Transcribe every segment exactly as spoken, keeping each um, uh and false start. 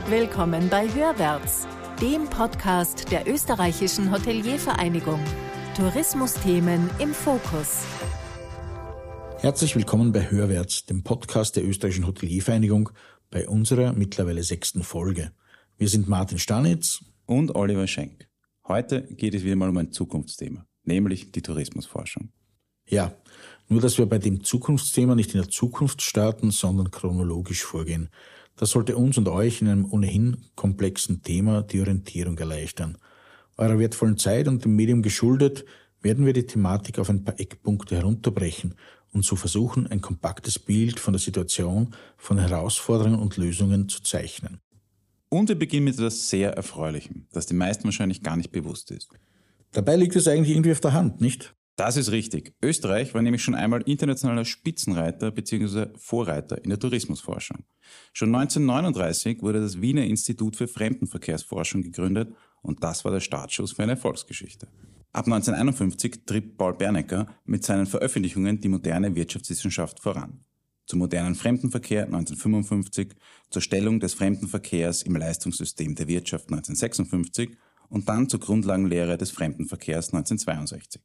Willkommen bei Hörwärts, dem Podcast der österreichischen Hoteliervereinigung. Tourismusthemen im Fokus. Herzlich willkommen bei Hörwärts, dem Podcast der österreichischen Hoteliervereinigung, bei unserer mittlerweile sechsten Folge. Wir sind Martin Stanitz und Oliver Schenk. Heute geht es wieder mal um ein Zukunftsthema, nämlich die Tourismusforschung. Ja, nur dass wir bei dem Zukunftsthema nicht in der Zukunft starten, sondern chronologisch vorgehen. Das sollte uns und euch in einem ohnehin komplexen Thema die Orientierung erleichtern. Eurer wertvollen Zeit und dem Medium geschuldet, werden wir die Thematik auf ein paar Eckpunkte herunterbrechen und so versuchen, ein kompaktes Bild von der Situation, von Herausforderungen und Lösungen zu zeichnen. Und wir beginnen mit etwas sehr Erfreulichem, das den meisten wahrscheinlich gar nicht bewusst ist. Dabei liegt es eigentlich irgendwie auf der Hand, nicht? Das ist richtig. Österreich war nämlich schon einmal internationaler Spitzenreiter bzw. Vorreiter in der Tourismusforschung. Schon neunzehnhundertneununddreißig wurde das Wiener Institut für Fremdenverkehrsforschung gegründet und das war der Startschuss für eine Erfolgsgeschichte. Ab neunzehnhunderteinundfünfzig trieb Paul Bernecker mit seinen Veröffentlichungen die moderne Wirtschaftswissenschaft voran. Zum modernen Fremdenverkehr neunzehnhundertfünfundfünfzig, zur Stellung des Fremdenverkehrs im Leistungssystem der Wirtschaft neunzehnhundertsechsundfünfzig und dann zur Grundlagenlehre des Fremdenverkehrs neunzehnhundertzweiundsechzig.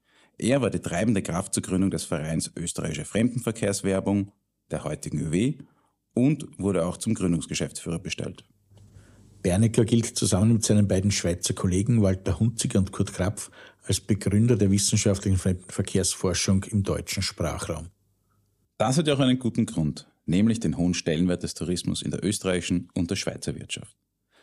Er war die treibende Kraft zur Gründung des Vereins Österreichische Fremdenverkehrswerbung, der heutigen Ö W, und wurde auch zum Gründungsgeschäftsführer bestellt. Bernecker gilt zusammen mit seinen beiden Schweizer Kollegen Walter Hunziker und Kurt Krapf als Begründer der wissenschaftlichen Fremdenverkehrsforschung im deutschen Sprachraum. Das hat ja auch einen guten Grund, nämlich den hohen Stellenwert des Tourismus in der österreichischen und der Schweizer Wirtschaft.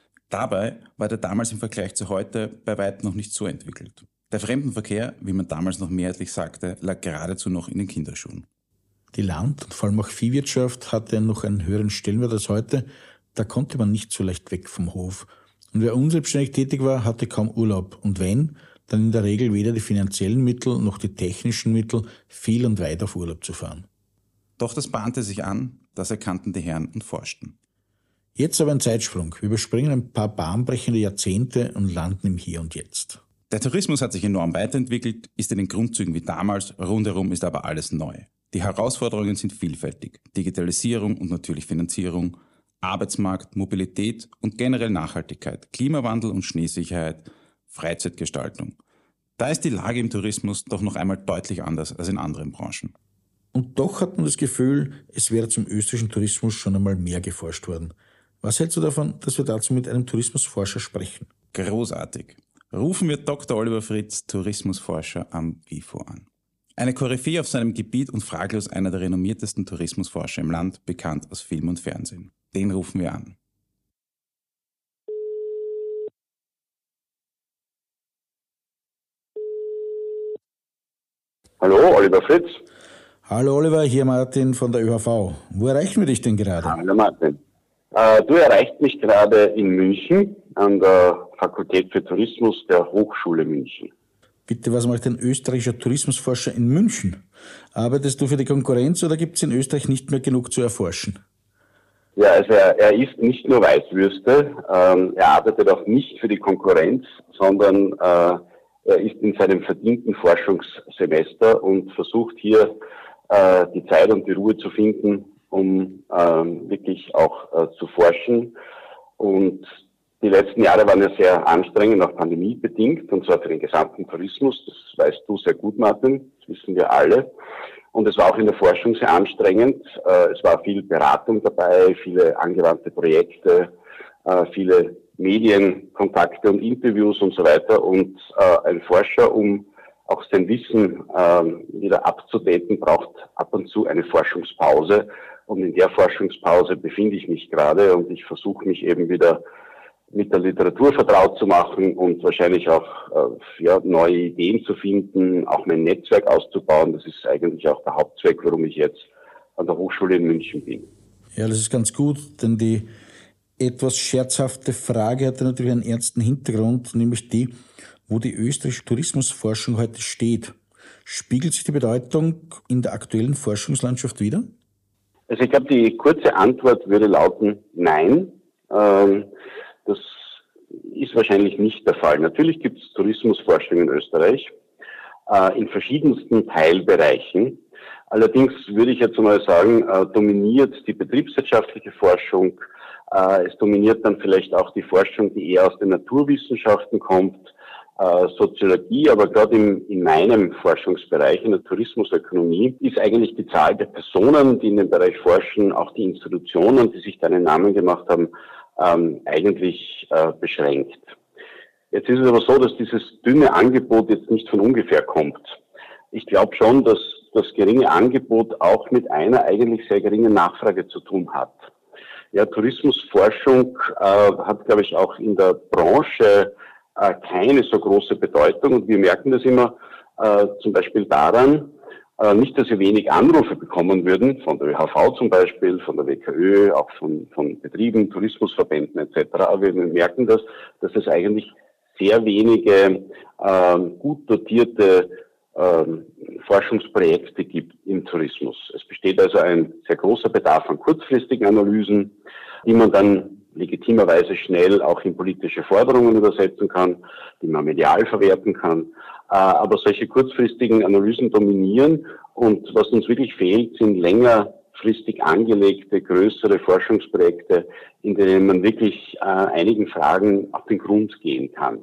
Dabei war der damals im Vergleich zu heute bei weitem noch nicht so entwickelt. Der Fremdenverkehr, wie man damals noch mehrheitlich sagte, lag geradezu noch in den Kinderschuhen. Die Land- und vor allem auch Viehwirtschaft hatte noch einen höheren Stellenwert als heute. Da konnte man nicht so leicht weg vom Hof. Und wer unselbstständig tätig war, hatte kaum Urlaub. Und wenn, dann in der Regel weder die finanziellen Mittel noch die technischen Mittel, viel und weit auf Urlaub zu fahren. Doch das bahnte sich an, das erkannten die Herren und forschten. Jetzt aber ein Zeitsprung. Wir überspringen ein paar bahnbrechende Jahrzehnte und landen im Hier und Jetzt. Der Tourismus hat sich enorm weiterentwickelt, ist in den Grundzügen wie damals, rundherum ist aber alles neu. Die Herausforderungen sind vielfältig. Digitalisierung und natürlich Finanzierung, Arbeitsmarkt, Mobilität und generell Nachhaltigkeit, Klimawandel und Schneesicherheit, Freizeitgestaltung. Da ist die Lage im Tourismus doch noch einmal deutlich anders als in anderen Branchen. Und doch hat man das Gefühl, es wäre zum österreichischen Tourismus schon einmal mehr geforscht worden. Was hältst du davon, dass wir dazu mit einem Tourismusforscher sprechen? Großartig. Rufen wir Doktor Oliver Fritz, Tourismusforscher am W I F O an. Eine Koryphäe auf seinem Gebiet und fraglos einer der renommiertesten Tourismusforscher im Land, bekannt aus Film und Fernsehen. Den rufen wir an. Hallo, Oliver Fritz. Hallo Oliver, hier Martin von der Ö H V. Wo erreichen wir dich denn gerade? Hallo Martin. Äh, du erreichst mich gerade in München an der Fakultät für Tourismus der Hochschule München. Bitte, was macht ein österreichischer Tourismusforscher in München? Arbeitest du für die Konkurrenz oder gibt es in Österreich nicht mehr genug zu erforschen? Ja, also er, er ist nicht nur Weißwürste, ähm, er arbeitet auch nicht für die Konkurrenz, sondern äh, er ist in seinem verdienten Forschungssemester und versucht hier äh, die Zeit und die Ruhe zu finden, um ähm, wirklich auch äh, zu forschen. Und die letzten Jahre waren ja sehr anstrengend, auch pandemiebedingt, und zwar für den gesamten Tourismus. Das weißt du sehr gut, Martin, das wissen wir alle. Und es war auch in der Forschung sehr anstrengend. Äh, es war viel Beratung dabei, viele angewandte Projekte, äh, viele Medienkontakte und Interviews und so weiter. Und äh, ein Forscher, um auch sein Wissen äh, wieder abzudaten, braucht ab und zu eine Forschungspause. Und in der Forschungspause befinde ich mich gerade und ich versuche mich eben wieder mit der Literatur vertraut zu machen und wahrscheinlich auch äh, ja, neue Ideen zu finden, auch mein Netzwerk auszubauen. Das ist eigentlich auch der Hauptzweck, warum ich jetzt an der Hochschule in München bin. Ja, das ist ganz gut, denn die etwas scherzhafte Frage hat natürlich einen ernsten Hintergrund, nämlich die, wo die österreichische Tourismusforschung heute steht. Spiegelt sich die Bedeutung in der aktuellen Forschungslandschaft wider? Also ich glaube, die kurze Antwort würde lauten, nein. Ähm, Das ist wahrscheinlich nicht der Fall. Natürlich gibt es Tourismusforschung in Österreich äh, in verschiedensten Teilbereichen. Allerdings würde ich jetzt mal sagen, äh, dominiert die betriebswirtschaftliche Forschung, Äh, es dominiert dann vielleicht auch die Forschung, die eher aus den Naturwissenschaften kommt, äh, Soziologie, aber gerade im, in meinem Forschungsbereich, in der Tourismusökonomie, ist eigentlich die Zahl der Personen, die in dem Bereich forschen, auch die Institutionen, die sich da einen Namen gemacht haben, ähm, eigentlich äh, beschränkt. Jetzt ist es aber so, dass dieses dünne Angebot jetzt nicht von ungefähr kommt. Ich glaube schon, dass das geringe Angebot auch mit einer eigentlich sehr geringen Nachfrage zu tun hat. Ja, Tourismusforschung äh, hat, glaube ich, auch in der Branche äh, keine so große Bedeutung. Und wir merken das immer äh, zum Beispiel daran, äh, nicht, dass wir wenig Anrufe bekommen würden, von der Ö H V zum Beispiel, von der W K Ö, auch von, von Betrieben, Tourismusverbänden et cetera. Aber wir merken das, dass es eigentlich sehr wenige äh, gut dotierte äh, Forschungsprojekte gibt im Tourismus. Es besteht also ein sehr großer Bedarf an kurzfristigen Analysen, die man dann legitimerweise schnell auch in politische Forderungen übersetzen kann, die man medial verwerten kann. Äh, aber solche kurzfristigen Analysen dominieren und was uns wirklich fehlt, sind längerfristig angelegte, größere Forschungsprojekte, in denen man wirklich äh, einigen Fragen auf den Grund gehen kann.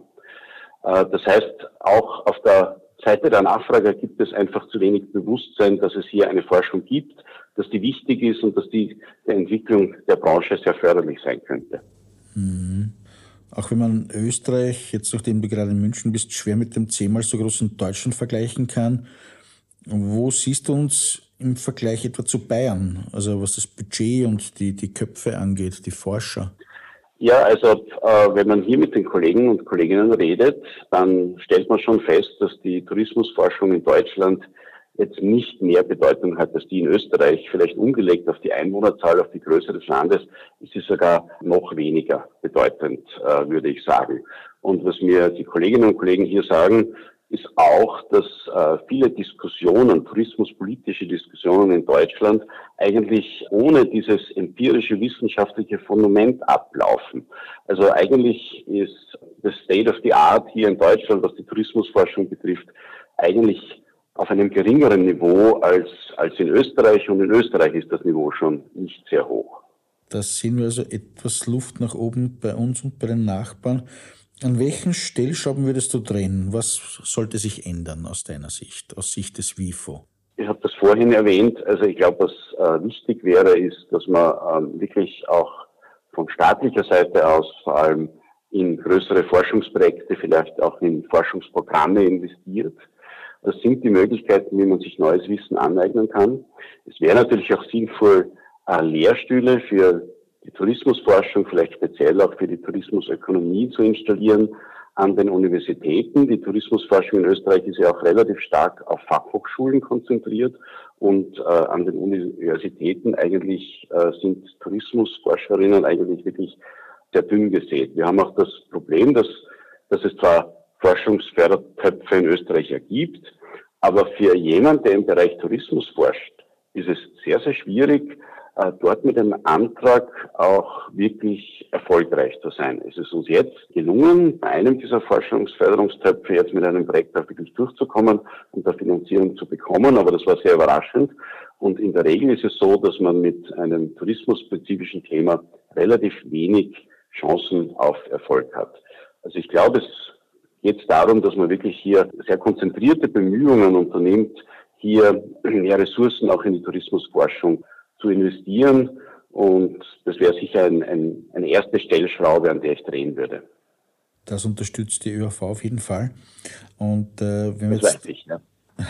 Das heißt, auch auf der Seite der Nachfrage gibt es einfach zu wenig Bewusstsein, dass es hier eine Forschung gibt, dass die wichtig ist und dass die der Entwicklung der Branche sehr förderlich sein könnte. Mhm. Auch wenn man Österreich, jetzt nachdem du gerade in München bist, schwer mit dem zehnmal so großen Deutschland vergleichen kann, wo siehst du uns im Vergleich etwa zu Bayern, also was das Budget und die, die Köpfe angeht, die Forscher? Ja, also äh, wenn man hier mit den Kollegen und Kolleginnen redet, dann stellt man schon fest, dass die Tourismusforschung in Deutschland jetzt nicht mehr Bedeutung hat als die in Österreich. Vielleicht umgelegt auf die Einwohnerzahl, auf die Größe des Landes, ist sie sogar noch weniger bedeutend, äh, würde ich sagen. Und was mir die Kolleginnen und Kollegen hier sagen, ist auch, dass äh, viele Diskussionen, tourismuspolitische Diskussionen in Deutschland eigentlich ohne dieses empirische wissenschaftliche Fundament ablaufen. Also eigentlich ist das State of the Art hier in Deutschland, was die Tourismusforschung betrifft, eigentlich auf einem geringeren Niveau als, als in Österreich, und in Österreich ist das Niveau schon nicht sehr hoch. Da sehen wir also etwas Luft nach oben bei uns und bei den Nachbarn. An welchen Stellschrauben würdest du drehen? Was sollte sich ändern aus deiner Sicht, aus Sicht des WIFO? Ich habe das vorhin erwähnt. Also ich glaube, was äh, wichtig wäre, ist, dass man ähm, wirklich auch von staatlicher Seite aus vor allem in größere Forschungsprojekte, vielleicht auch in Forschungsprogramme investiert. Das sind die Möglichkeiten, wie man sich neues Wissen aneignen kann. Es wäre natürlich auch sinnvoll, äh, Lehrstühle für die Tourismusforschung, vielleicht speziell auch für die Tourismusökonomie zu installieren an den Universitäten. Die Tourismusforschung in Österreich ist ja auch relativ stark auf Fachhochschulen konzentriert und äh, an den Universitäten eigentlich äh, sind Tourismusforscherinnen eigentlich wirklich sehr dünn gesät. Wir haben auch das Problem, dass, dass es zwar Forschungsfördertöpfe in Österreich gibt, aber für jemanden, der im Bereich Tourismus forscht, ist es sehr, sehr schwierig, dort mit einem Antrag auch wirklich erfolgreich zu sein. Es ist uns jetzt gelungen, bei einem dieser Forschungsförderungstöpfe jetzt mit einem Projekt auch wirklich durchzukommen und da Finanzierung zu bekommen, aber das war sehr überraschend. Und in der Regel ist es so, dass man mit einem tourismusspezifischen Thema relativ wenig Chancen auf Erfolg hat. Also ich glaube, es geht darum, dass man wirklich hier sehr konzentrierte Bemühungen unternimmt, hier mehr Ressourcen auch in die Tourismusforschung zu investieren, und das wäre sicher ein, ein, eine erste Stellschraube, an der ich drehen würde. Das unterstützt die Ö H V auf jeden Fall. Und äh, wenn wir das jetzt, weiß ich, ja.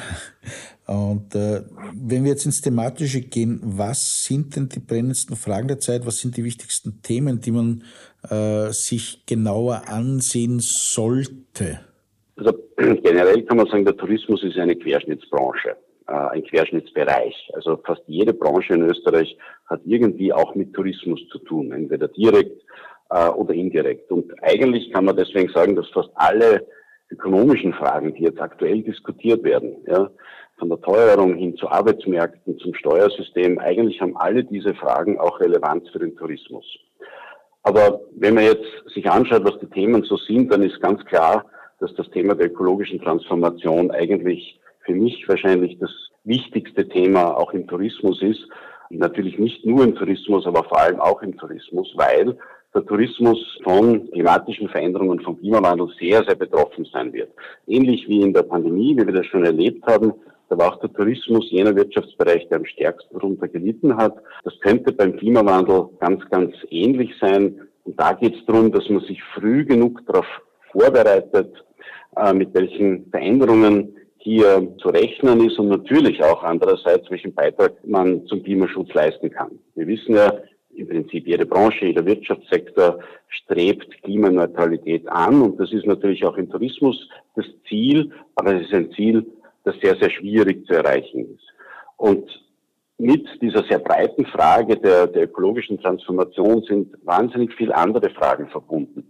Und äh, wenn wir jetzt ins Thematische gehen, was sind denn die brennendsten Fragen der Zeit? Was sind die wichtigsten Themen, die man äh, sich genauer ansehen sollte? Also generell kann man sagen, der Tourismus ist eine Querschnittsbranche. Ein Querschnittsbereich. Also fast jede Branche in Österreich hat irgendwie auch mit Tourismus zu tun, entweder direkt äh, oder indirekt. Und eigentlich kann man deswegen sagen, dass fast alle ökonomischen Fragen, die jetzt aktuell diskutiert werden, ja, von der Teuerung hin zu Arbeitsmärkten, zum Steuersystem, eigentlich haben alle diese Fragen auch Relevanz für den Tourismus. Aber wenn man jetzt sich anschaut, was die Themen so sind, dann ist ganz klar, dass das Thema der ökologischen Transformation eigentlich für mich wahrscheinlich das wichtigste Thema auch im Tourismus ist. Natürlich nicht nur im Tourismus, aber vor allem auch im Tourismus, weil der Tourismus von klimatischen Veränderungen, vom Klimawandel sehr, sehr betroffen sein wird. Ähnlich wie in der Pandemie, wie wir das schon erlebt haben, da war auch der Tourismus jener Wirtschaftsbereich, der am stärksten darunter gelitten hat. Das könnte beim Klimawandel ganz, ganz ähnlich sein. Und da geht es darum, dass man sich früh genug darauf vorbereitet, äh, mit welchen Veränderungen hier zu rechnen ist und natürlich auch andererseits, welchen Beitrag man zum Klimaschutz leisten kann. Wir wissen ja, im Prinzip jede Branche, jeder Wirtschaftssektor strebt Klimaneutralität an und das ist natürlich auch im Tourismus das Ziel, aber es ist ein Ziel, das sehr, sehr schwierig zu erreichen ist. Und mit dieser sehr breiten Frage der, der ökologischen Transformation sind wahnsinnig viele andere Fragen verbunden.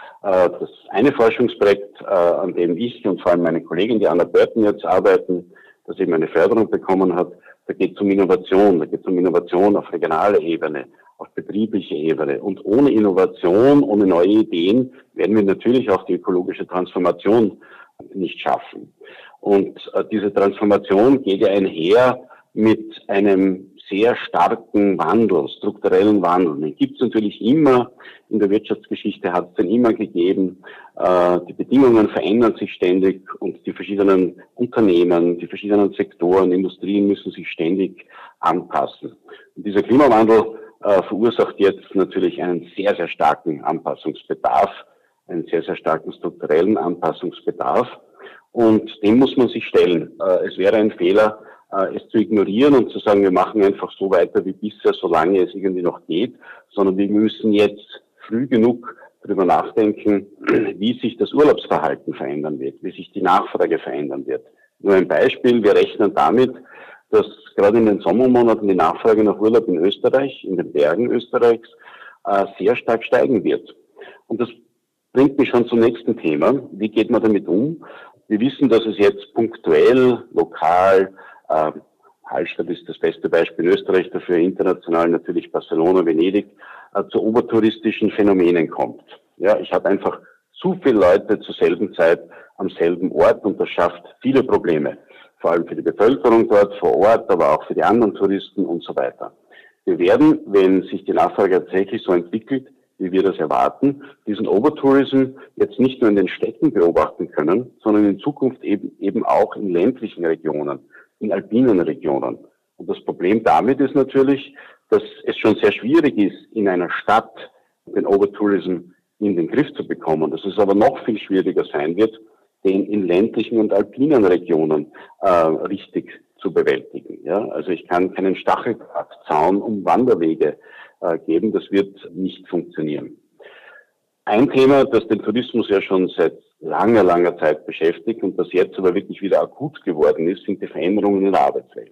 Das eine Forschungsprojekt, an dem ich und vor allem meine Kollegin, die Anna Burton, jetzt arbeiten, das eben eine Förderung bekommen hat, da geht es um Innovation, da geht es um Innovation auf regionaler Ebene, auf betrieblicher Ebene. Und ohne Innovation, ohne neue Ideen werden wir natürlich auch die ökologische Transformation nicht schaffen. Und äh, diese Transformation geht ja einher mit einem sehr starken Wandel, strukturellen Wandel. Den gibt es natürlich immer, in der Wirtschaftsgeschichte hat es den immer gegeben. Äh, die Bedingungen verändern sich ständig und die verschiedenen Unternehmen, die verschiedenen Sektoren, Industrien müssen sich ständig anpassen. Und dieser Klimawandel äh, verursacht jetzt natürlich einen sehr, sehr starken Anpassungsbedarf, einen sehr, sehr starken strukturellen Anpassungsbedarf. Und dem muss man sich stellen. Äh, es wäre ein Fehler, äh, es zu ignorieren und zu sagen, wir machen einfach so weiter wie bisher, solange es irgendwie noch geht, sondern wir müssen jetzt früh genug darüber nachdenken, wie sich das Urlaubsverhalten verändern wird, wie sich die Nachfrage verändern wird. Nur ein Beispiel, wir rechnen damit, dass gerade in den Sommermonaten die Nachfrage nach Urlaub in Österreich, in den Bergen Österreichs, äh, sehr stark steigen wird. Und das bringt mich schon zum nächsten Thema. Wie geht man damit um? Wir wissen, dass es jetzt punktuell, lokal, äh, Hallstatt ist das beste Beispiel in Österreich dafür, international natürlich Barcelona, Venedig, äh, zu obertouristischen Phänomenen kommt. Ja, ich habe einfach zu viele Leute zur selben Zeit am selben Ort und das schafft viele Probleme. Vor allem für die Bevölkerung dort vor Ort, aber auch für die anderen Touristen und so weiter. Wir werden, wenn sich die Nachfrage tatsächlich so entwickelt, wie wir das erwarten, diesen Overtourism jetzt nicht nur in den Städten beobachten können, sondern in Zukunft eben, eben auch in ländlichen Regionen, in alpinen Regionen. Und das Problem damit ist natürlich, dass es schon sehr schwierig ist, in einer Stadt den Overtourism in den Griff zu bekommen. Dass es aber noch viel schwieriger sein wird, den in ländlichen und alpinen Regionen äh, richtig zu bewältigen. Ja? Also ich kann keinen Stacheldrahtzaun um Wanderwege äh, geben, das wird nicht funktionieren. Ein Thema, das den Tourismus ja schon seit langer, langer Zeit beschäftigt und das jetzt aber wirklich wieder akut geworden ist, sind die Veränderungen in der Arbeitswelt.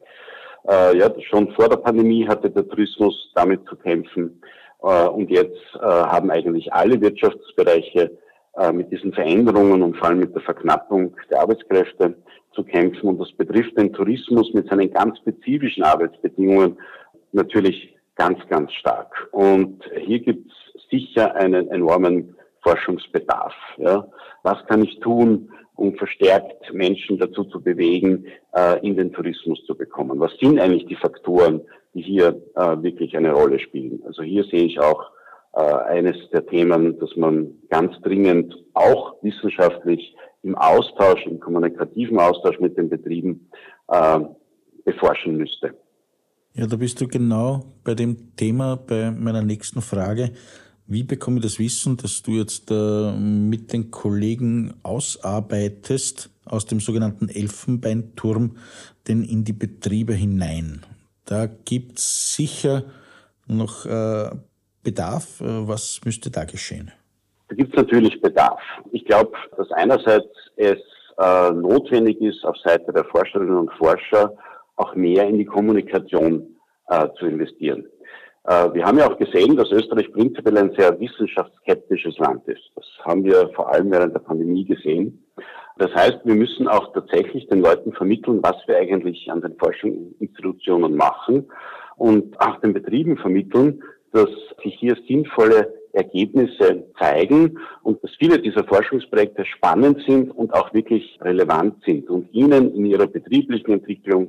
Äh, ja, schon vor der Pandemie hatte der Tourismus damit zu kämpfen äh, und jetzt äh, haben eigentlich alle Wirtschaftsbereiche mit diesen Veränderungen und vor allem mit der Verknappung der Arbeitskräfte zu kämpfen. Und das betrifft den Tourismus mit seinen ganz spezifischen Arbeitsbedingungen natürlich ganz, ganz stark. Und hier gibt es sicher einen enormen Forschungsbedarf. Ja. Was kann ich tun, um verstärkt Menschen dazu zu bewegen, in den Tourismus zu bekommen? Was sind eigentlich die Faktoren, die hier wirklich eine Rolle spielen? Also hier sehe ich auch eines der Themen, das man ganz dringend auch wissenschaftlich im Austausch, im kommunikativen Austausch mit den Betrieben äh, beforschen müsste. Ja, da bist du genau bei dem Thema, bei meiner nächsten Frage. Wie bekomme ich das Wissen, das du jetzt äh, mit den Kollegen ausarbeitest, aus dem sogenannten Elfenbeinturm, denn in die Betriebe hinein? Da gibt es sicher noch äh, Bedarf. Was müsste da geschehen? Da gibt es natürlich Bedarf. Ich glaube, dass einerseits es äh, notwendig ist, auf Seite der Forscherinnen und Forscher auch mehr in die Kommunikation äh, zu investieren. Äh, wir haben ja auch gesehen, dass Österreich prinzipiell ein sehr wissenschaftsskeptisches Land ist. Das haben wir vor allem während der Pandemie gesehen. Das heißt, wir müssen auch tatsächlich den Leuten vermitteln, was wir eigentlich an den Forschungsinstitutionen machen und auch den Betrieben vermitteln, dass sich hier sinnvolle Ergebnisse zeigen und dass viele dieser Forschungsprojekte spannend sind und auch wirklich relevant sind und ihnen in ihrer betrieblichen Entwicklung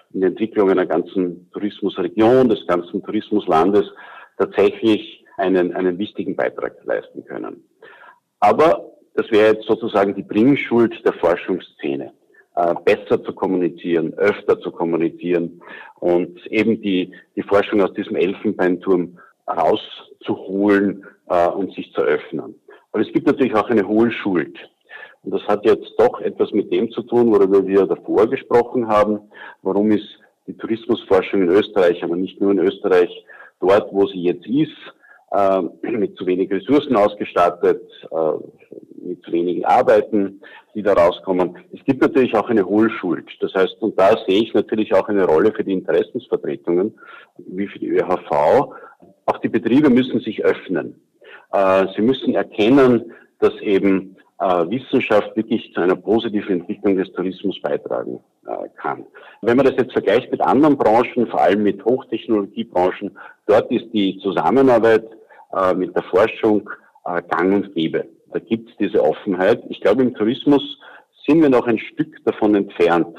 in der Entwicklung einer ganzen Tourismusregion, des ganzen Tourismuslandes tatsächlich einen, einen wichtigen Beitrag leisten können. Aber das wäre jetzt sozusagen die Bringschuld der Forschungsszene, äh, besser zu kommunizieren, öfter zu kommunizieren und eben die, die Forschung aus diesem Elfenbeinturm rauszuholen äh, und sich zu öffnen. Aber es gibt natürlich auch eine Hohlschuld. Und das hat jetzt doch etwas mit dem zu tun, worüber wir davor gesprochen haben. Warum ist die Tourismusforschung in Österreich, aber nicht nur in Österreich, dort, wo sie jetzt ist, äh, mit zu wenig Ressourcen ausgestattet, äh, mit zu wenigen Arbeiten, die da rauskommen. Es gibt natürlich auch eine Hohlschuld. Das heißt, und da sehe ich natürlich auch eine Rolle für die Interessensvertretungen, wie für die ÖH V. Auch die Betriebe müssen sich öffnen. Äh, sie müssen erkennen, dass eben äh, Wissenschaft wirklich zu einer positiven Entwicklung des Tourismus beitragen äh, kann. Wenn man das jetzt vergleicht mit anderen Branchen, vor allem mit Hochtechnologiebranchen, dort ist die Zusammenarbeit äh, mit der Forschung äh, gang und gäbe. Da gibt es diese Offenheit. Ich glaube, im Tourismus sind wir noch ein Stück davon entfernt.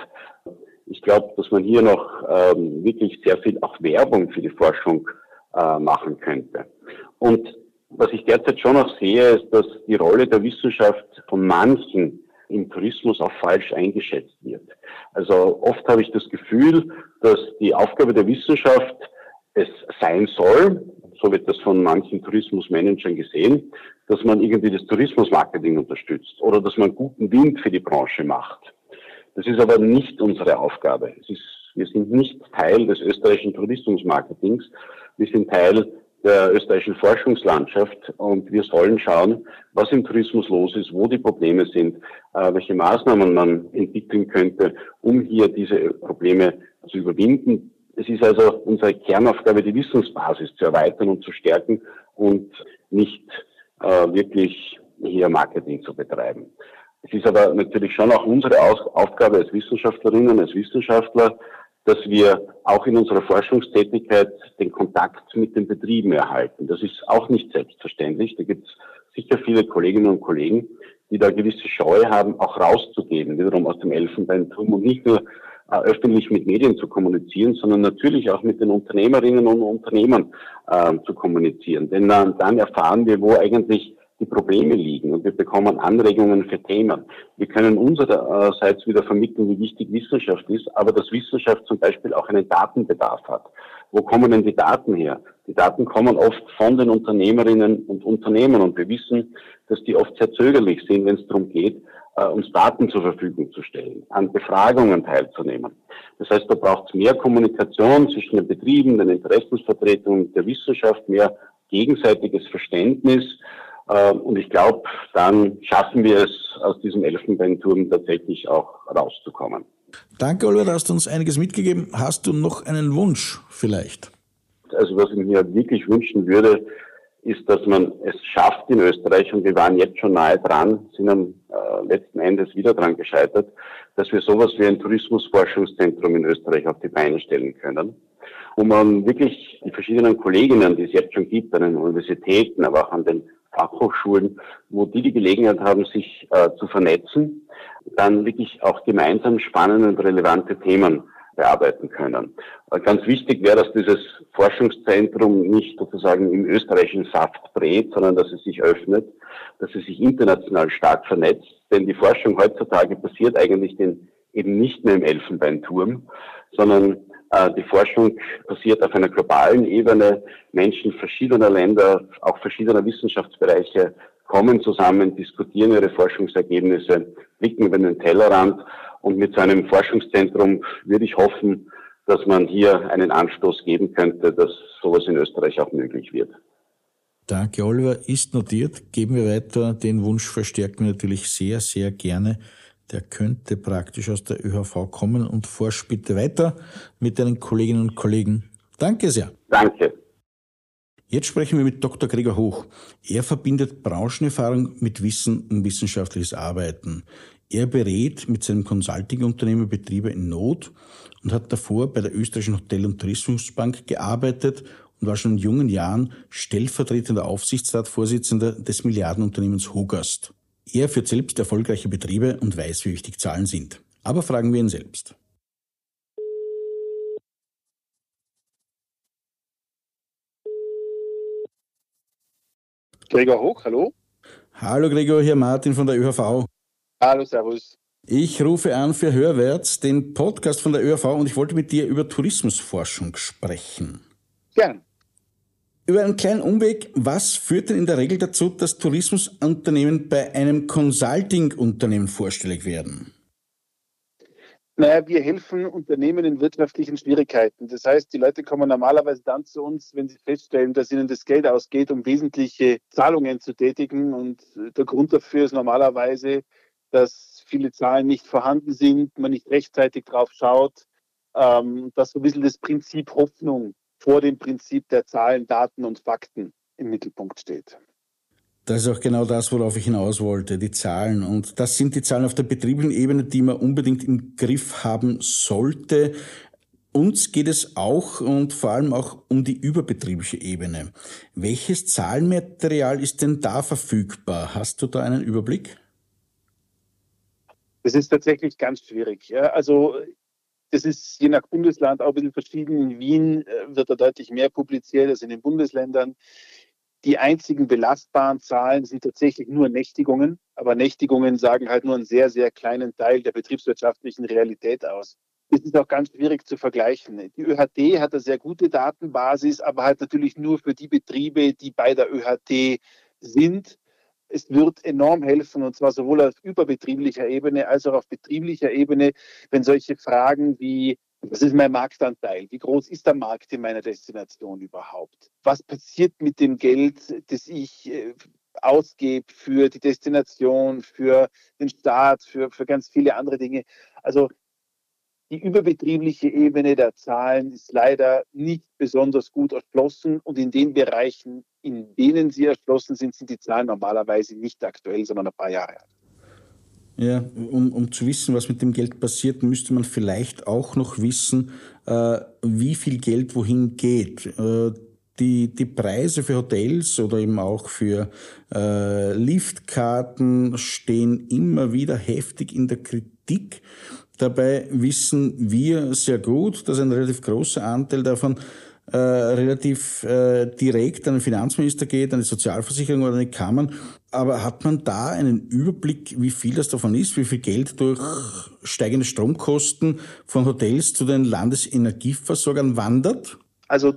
Ich glaube, dass man hier noch ähm, wirklich sehr viel auch Werbung für die Forschung äh, machen könnte. Und was ich derzeit schon noch sehe, ist, dass die Rolle der Wissenschaft von manchen im Tourismus auch falsch eingeschätzt wird. Also oft habe ich das Gefühl, dass die Aufgabe der Wissenschaft es sein soll, so wird das von manchen Tourismusmanagern gesehen, dass man irgendwie das Tourismusmarketing unterstützt oder dass man guten Wind für die Branche macht. Das ist aber nicht unsere Aufgabe. Es ist, wir sind nicht Teil des österreichischen Tourismusmarketings. Wir sind Teil der österreichischen Forschungslandschaft und wir sollen schauen, was im Tourismus los ist, wo die Probleme sind, äh, welche Maßnahmen man entwickeln könnte, um hier diese Probleme zu überwinden. Es ist also unsere Kernaufgabe, die Wissensbasis zu erweitern und zu stärken und nicht äh, wirklich hier Marketing zu betreiben. Es ist aber natürlich schon auch unsere Aufgabe als Wissenschaftlerinnen, als Wissenschaftler, dass wir auch in unserer Forschungstätigkeit den Kontakt mit den Betrieben erhalten. Das ist auch nicht selbstverständlich. Da gibt es sicher viele Kolleginnen und Kollegen, die da gewisse Scheu haben, auch rauszugehen, wiederum aus dem Elfenbeinturm und nicht nur äh, öffentlich mit Medien zu kommunizieren, sondern natürlich auch mit den Unternehmerinnen und Unternehmern äh, zu kommunizieren. Denn äh, dann erfahren wir, wo eigentlich die Probleme liegen und wir bekommen Anregungen für Themen. Wir können unsererseits wieder vermitteln, wie wichtig Wissenschaft ist, aber dass Wissenschaft zum Beispiel auch einen Datenbedarf hat. Wo kommen denn die Daten her? Die Daten kommen oft von den Unternehmerinnen und Unternehmern und wir wissen, dass die oft sehr zögerlich sind, wenn es darum geht, uns Daten zur Verfügung zu stellen, an Befragungen teilzunehmen. Das heißt, da braucht es mehr Kommunikation zwischen den Betrieben, den Interessensvertretungen der Wissenschaft, mehr gegenseitiges Verständnis. Und ich glaube, dann schaffen wir es, aus diesem Elfenbeinturm tatsächlich auch rauszukommen. Danke, Oliver, du hast uns einiges mitgegeben. Hast du noch einen Wunsch vielleicht? Also was ich mir wirklich wünschen würde, ist, dass man es schafft in Österreich, und wir waren jetzt schon nahe dran, sind am äh, letzten Endes wieder dran gescheitert, dass wir sowas wie ein Tourismusforschungszentrum in Österreich auf die Beine stellen können, wo man wirklich die verschiedenen Kolleginnen, die es jetzt schon gibt, an den Universitäten, aber auch an den Fachhochschulen, wo die die Gelegenheit haben, sich äh, zu vernetzen, dann wirklich auch gemeinsam spannende und relevante Themen bearbeiten können. Äh, ganz wichtig wäre, dass dieses Forschungszentrum nicht sozusagen im österreichischen Saft brät, sondern dass es sich öffnet, dass es sich international stark vernetzt. Denn die Forschung heutzutage passiert eigentlich den, eben nicht mehr im Elfenbeinturm, sondern die Forschung passiert auf einer globalen Ebene. Menschen verschiedener Länder, auch verschiedener Wissenschaftsbereiche kommen zusammen, diskutieren ihre Forschungsergebnisse, blicken über den Tellerrand. Und mit so einem Forschungszentrum würde ich hoffen, dass man hier einen Anstoß geben könnte, dass sowas in Österreich auch möglich wird. Danke, Oliver. Ist notiert. Geben wir weiter. Den Wunsch verstärken wir natürlich sehr, sehr gerne. Der könnte praktisch aus der ÖHV kommen und forsch bitte weiter mit deinen Kolleginnen und Kollegen. Danke sehr. Danke. Jetzt sprechen wir mit Doktor Gregor Hoch. Er verbindet Branchenerfahrung mit Wissen und wissenschaftliches Arbeiten. Er berät mit seinem Consulting-Unternehmen Betriebe in Not und hat davor bei der österreichischen Hotel- und Tourismusbank gearbeitet und war schon in jungen Jahren stellvertretender Aufsichtsratsvorsitzender des Milliardenunternehmens Hogast. Er führt selbst erfolgreiche Betriebe und weiß, wie wichtig Zahlen sind. Aber fragen wir ihn selbst. Gregor Hoch, hallo. Hallo Gregor, hier Martin von der Ö H V. Hallo, servus. Ich rufe an für Hörwärts, den Podcast von der Ö H V, und ich wollte mit dir über Tourismusforschung sprechen. Gern. Über einen kleinen Umweg, was führt denn in der Regel dazu, dass Tourismusunternehmen bei einem Consulting-Unternehmen vorstellig werden? Naja, wir helfen Unternehmen in wirtschaftlichen Schwierigkeiten. Das heißt, die Leute kommen normalerweise dann zu uns, wenn sie feststellen, dass ihnen das Geld ausgeht, um wesentliche Zahlungen zu tätigen. Und der Grund dafür ist normalerweise, dass viele Zahlen nicht vorhanden sind, man nicht rechtzeitig drauf schaut, ähm, dass so ein bisschen das Prinzip Hoffnung vor dem Prinzip der Zahlen, Daten und Fakten im Mittelpunkt steht. Das ist auch genau das, worauf ich hinaus wollte, die Zahlen. Und das sind die Zahlen auf der betrieblichen Ebene, die man unbedingt im Griff haben sollte. Uns geht es auch und vor allem auch um die überbetriebliche Ebene. Welches Zahlenmaterial ist denn da verfügbar? Hast du da einen Überblick? Das ist tatsächlich ganz schwierig. Ja. Also das ist je nach Bundesland auch ein bisschen verschieden. In Wien äh, wird da deutlich mehr publiziert als in den Bundesländern. Die einzigen belastbaren Zahlen sind tatsächlich nur Nächtigungen. Aber Nächtigungen sagen halt nur einen sehr, sehr kleinen Teil der betriebswirtschaftlichen Realität aus. Das ist auch ganz schwierig zu vergleichen. Die Ö H T hat eine sehr gute Datenbasis, aber halt natürlich nur für die Betriebe, die bei der Ö H T sind. Es wird enorm helfen, und zwar sowohl auf überbetrieblicher Ebene als auch auf betrieblicher Ebene, wenn solche Fragen wie: Was ist mein Marktanteil? Wie groß ist der Markt in meiner Destination überhaupt? Was passiert mit dem Geld, das ich äh, ausgebe für die Destination, für den Staat, für, für ganz viele andere Dinge? Also die überbetriebliche Ebene der Zahlen ist leider nicht besonders gut erschlossen, und in den Bereichen, in denen sie erschlossen sind, sind die Zahlen normalerweise nicht aktuell, sondern ein paar Jahre alt. Ja, um, um zu wissen, was mit dem Geld passiert, müsste man vielleicht auch noch wissen, äh, wie viel Geld wohin geht. Äh, die, die Preise für Hotels oder eben auch für äh, Liftkarten stehen immer wieder heftig in der Kritik. Dabei wissen wir sehr gut, dass ein relativ großer Anteil davon äh, relativ äh, direkt an den Finanzminister geht, an die Sozialversicherung oder an die Kammern. Aber hat man da einen Überblick, wie viel das davon ist, wie viel Geld durch steigende Stromkosten von Hotels zu den Landesenergieversorgern wandert? Also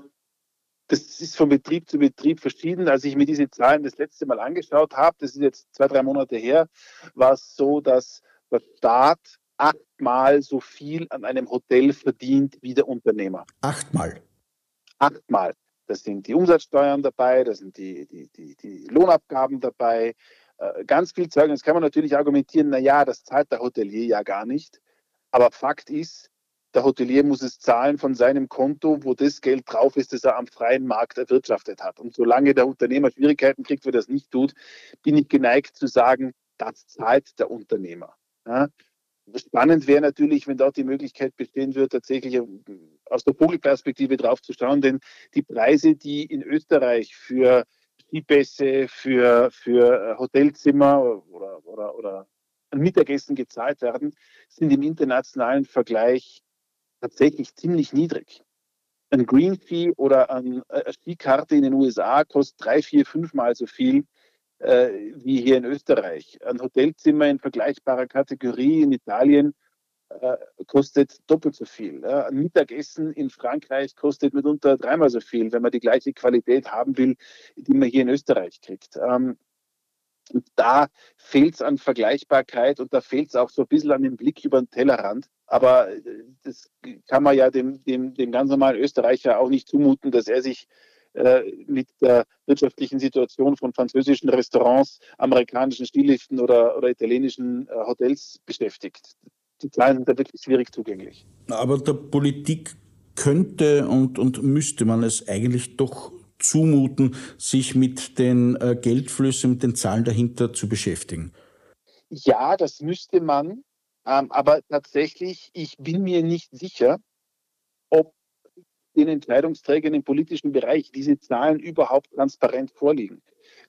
das ist von Betrieb zu Betrieb verschieden. Als ich mir diese Zahlen das letzte Mal angeschaut habe, das ist jetzt zwei, drei Monate her, war es so, dass der Staat achtmal so viel an einem Hotel verdient wie der Unternehmer. Achtmal? Achtmal. Da sind die Umsatzsteuern dabei, da sind die, die, die, die Lohnabgaben dabei, äh, ganz viel Zeug. Jetzt kann man natürlich argumentieren, na ja, das zahlt der Hotelier ja gar nicht. Aber Fakt ist, der Hotelier muss es zahlen von seinem Konto, wo das Geld drauf ist, das er am freien Markt erwirtschaftet hat. Und solange der Unternehmer Schwierigkeiten kriegt, wenn er das nicht tut, bin ich geneigt zu sagen, das zahlt der Unternehmer. Ja? Spannend wäre natürlich, wenn dort die Möglichkeit bestehen wird, tatsächlich aus der Vogelperspektive drauf zu schauen, denn die Preise, die in Österreich für Skipässe, für, für Hotelzimmer oder, oder, oder an Mittagessen gezahlt werden, sind im internationalen Vergleich tatsächlich ziemlich niedrig. Ein Green Fee oder eine Skikarte in den U S A kostet drei, vier, fünfmal so viel äh, wie hier in Österreich. Ein Hotelzimmer in vergleichbarer Kategorie in Italien äh, kostet doppelt so viel. Ja. Ein Mittagessen in Frankreich kostet mitunter dreimal so viel, wenn man die gleiche Qualität haben will, die man hier in Österreich kriegt. Ähm, und da fehlt es an Vergleichbarkeit, und da fehlt es auch so ein bisschen an dem Blick über den Tellerrand. Aber das kann man ja dem, dem, dem ganz normalen Österreicher auch nicht zumuten, dass er sich äh, mit der wirtschaftlichen Situation von französischen Restaurants, amerikanischen Stillliften oder, oder italienischen äh, Hotels beschäftigt. Die Zahlen sind da wirklich schwierig zugänglich. Aber der Politik könnte und, und müsste man es eigentlich doch zumuten, sich mit den äh, Geldflüssen, mit den Zahlen dahinter zu beschäftigen. Ja, das müsste man. Ähm, aber tatsächlich, ich bin mir nicht sicher, ob den Entscheidungsträgern im politischen Bereich diese Zahlen überhaupt transparent vorliegen.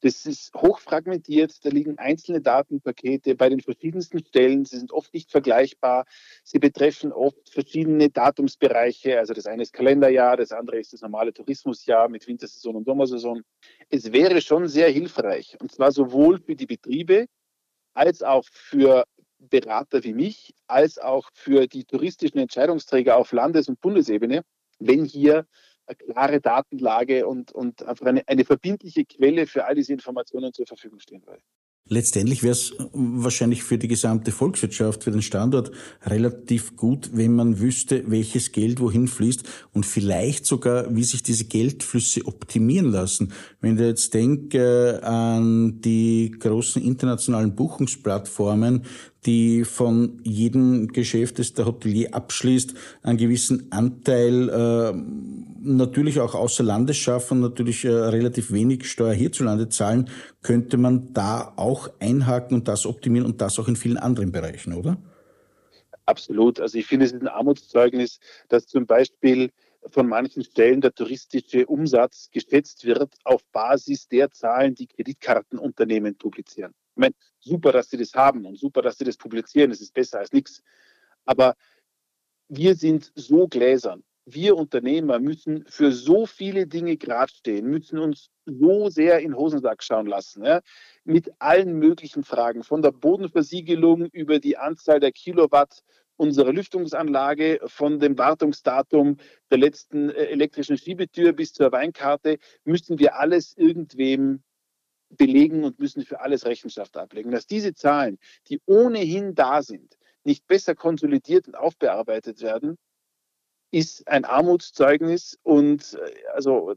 Das ist hochfragmentiert, da liegen einzelne Datenpakete bei den verschiedensten Stellen, sie sind oft nicht vergleichbar, sie betreffen oft verschiedene Datumsbereiche, also das eine ist Kalenderjahr, das andere ist das normale Tourismusjahr mit Wintersaison und Sommersaison. Es wäre schon sehr hilfreich, und zwar sowohl für die Betriebe als auch für Berater wie mich, als auch für die touristischen Entscheidungsträger auf Landes- und Bundesebene, wenn hier eine klare Datenlage und, und einfach eine, eine verbindliche Quelle für all diese Informationen zur Verfügung stehen würde. Letztendlich wäre es wahrscheinlich für die gesamte Volkswirtschaft, für den Standort relativ gut, wenn man wüsste, welches Geld wohin fließt und vielleicht sogar, wie sich diese Geldflüsse optimieren lassen. Wenn ich jetzt denke an die großen internationalen Buchungsplattformen, die von jedem Geschäft, das der Hotelier abschließt, einen gewissen Anteil äh, natürlich auch außer Landes schaffen, natürlich äh, relativ wenig Steuer hierzulande zahlen, könnte man da auch einhaken und das optimieren und das auch in vielen anderen Bereichen, oder? Absolut. Also ich finde es ist ein Armutszeugnis, dass zum Beispiel von manchen Stellen der touristische Umsatz geschätzt wird auf Basis der Zahlen, die Kreditkartenunternehmen publizieren. Ich meine, super, dass sie das haben und super, dass sie das publizieren, das ist besser als nichts. Aber wir sind so gläsern. Wir Unternehmer müssen für so viele Dinge gerade stehen, müssen uns so sehr in den Hosensack schauen lassen, ja, mit allen möglichen Fragen, von der Bodenversiegelung über die Anzahl der Kilowatt unserer Lüftungsanlage, von dem Wartungsdatum der letzten äh, elektrischen Schiebetür bis zur Weinkarte, müssen wir alles irgendwem belegen und müssen für alles Rechenschaft ablegen. Dass diese Zahlen, die ohnehin da sind, nicht besser konsolidiert und aufbearbeitet werden, ist ein Armutszeugnis und also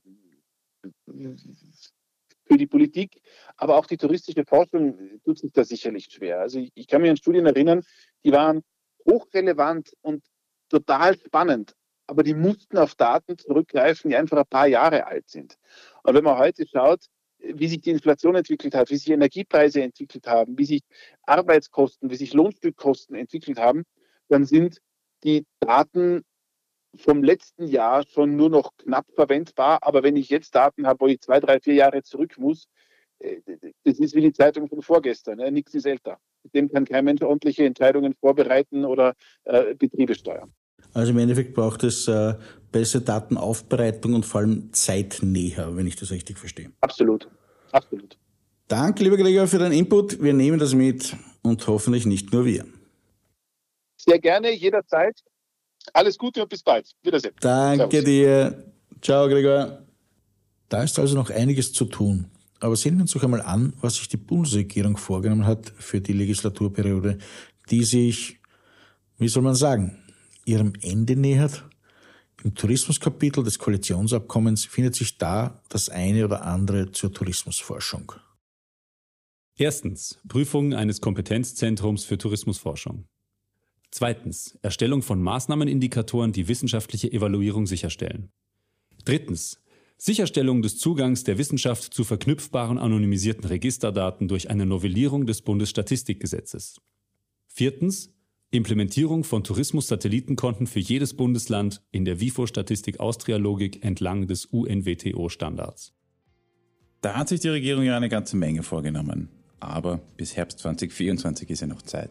für die Politik, aber auch die touristische Forschung tut sich da sicherlich schwer. Also ich, ich kann mich an Studien erinnern, die waren hochrelevant und total spannend, aber die mussten auf Daten zurückgreifen, die einfach ein paar Jahre alt sind. Und wenn man heute schaut, wie sich die Inflation entwickelt hat, wie sich Energiepreise entwickelt haben, wie sich Arbeitskosten, wie sich Lohnstückkosten entwickelt haben, dann sind die Daten vom letzten Jahr schon nur noch knapp verwendbar. Aber wenn ich jetzt Daten habe, wo ich zwei, drei, vier Jahre zurück muss, das ist wie die Zeitung von vorgestern. Ja, nichts ist älter. Mit dem kann kein Mensch ordentliche Entscheidungen vorbereiten oder äh, Betriebe steuern. Also im Endeffekt braucht es äh, bessere Datenaufbereitung und vor allem zeitnäher, wenn ich das richtig verstehe. Absolut, absolut. Danke, lieber Gregor, für deinen Input. Wir nehmen das mit und hoffentlich nicht nur wir. Sehr gerne, jederzeit. Alles Gute und bis bald. Wiedersehen. Danke Servus. dir. Ciao, Gregor. Da ist also noch einiges zu tun. Aber sehen wir uns doch einmal an, was sich die Bundesregierung vorgenommen hat für die Legislaturperiode, die sich, wie soll man sagen, ihrem Ende nähert. Im Tourismuskapitel des Koalitionsabkommens findet sich da das eine oder andere zur Tourismusforschung. Erstens, Prüfung eines Kompetenzzentrums für Tourismusforschung. Zweitens, Erstellung von Maßnahmenindikatoren, die wissenschaftliche Evaluierung sicherstellen. Drittens, Sicherstellung des Zugangs der Wissenschaft zu verknüpfbaren anonymisierten Registerdaten durch eine Novellierung des Bundesstatistikgesetzes. Viertens, Implementierung von Tourismus-Satellitenkonten für jedes Bundesland in der WIFO-Statistik-Austria-Logik entlang des U N W T O-Standards. Da hat sich die Regierung ja eine ganze Menge vorgenommen. Aber bis Herbst zwanzig vierundzwanzig ist ja noch Zeit.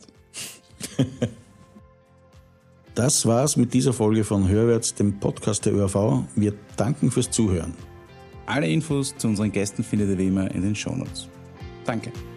Das war's mit dieser Folge von Hörwärts, dem Podcast der Ö A V. Wir danken fürs Zuhören. Alle Infos zu unseren Gästen findet ihr wie immer in den Shownotes. Danke.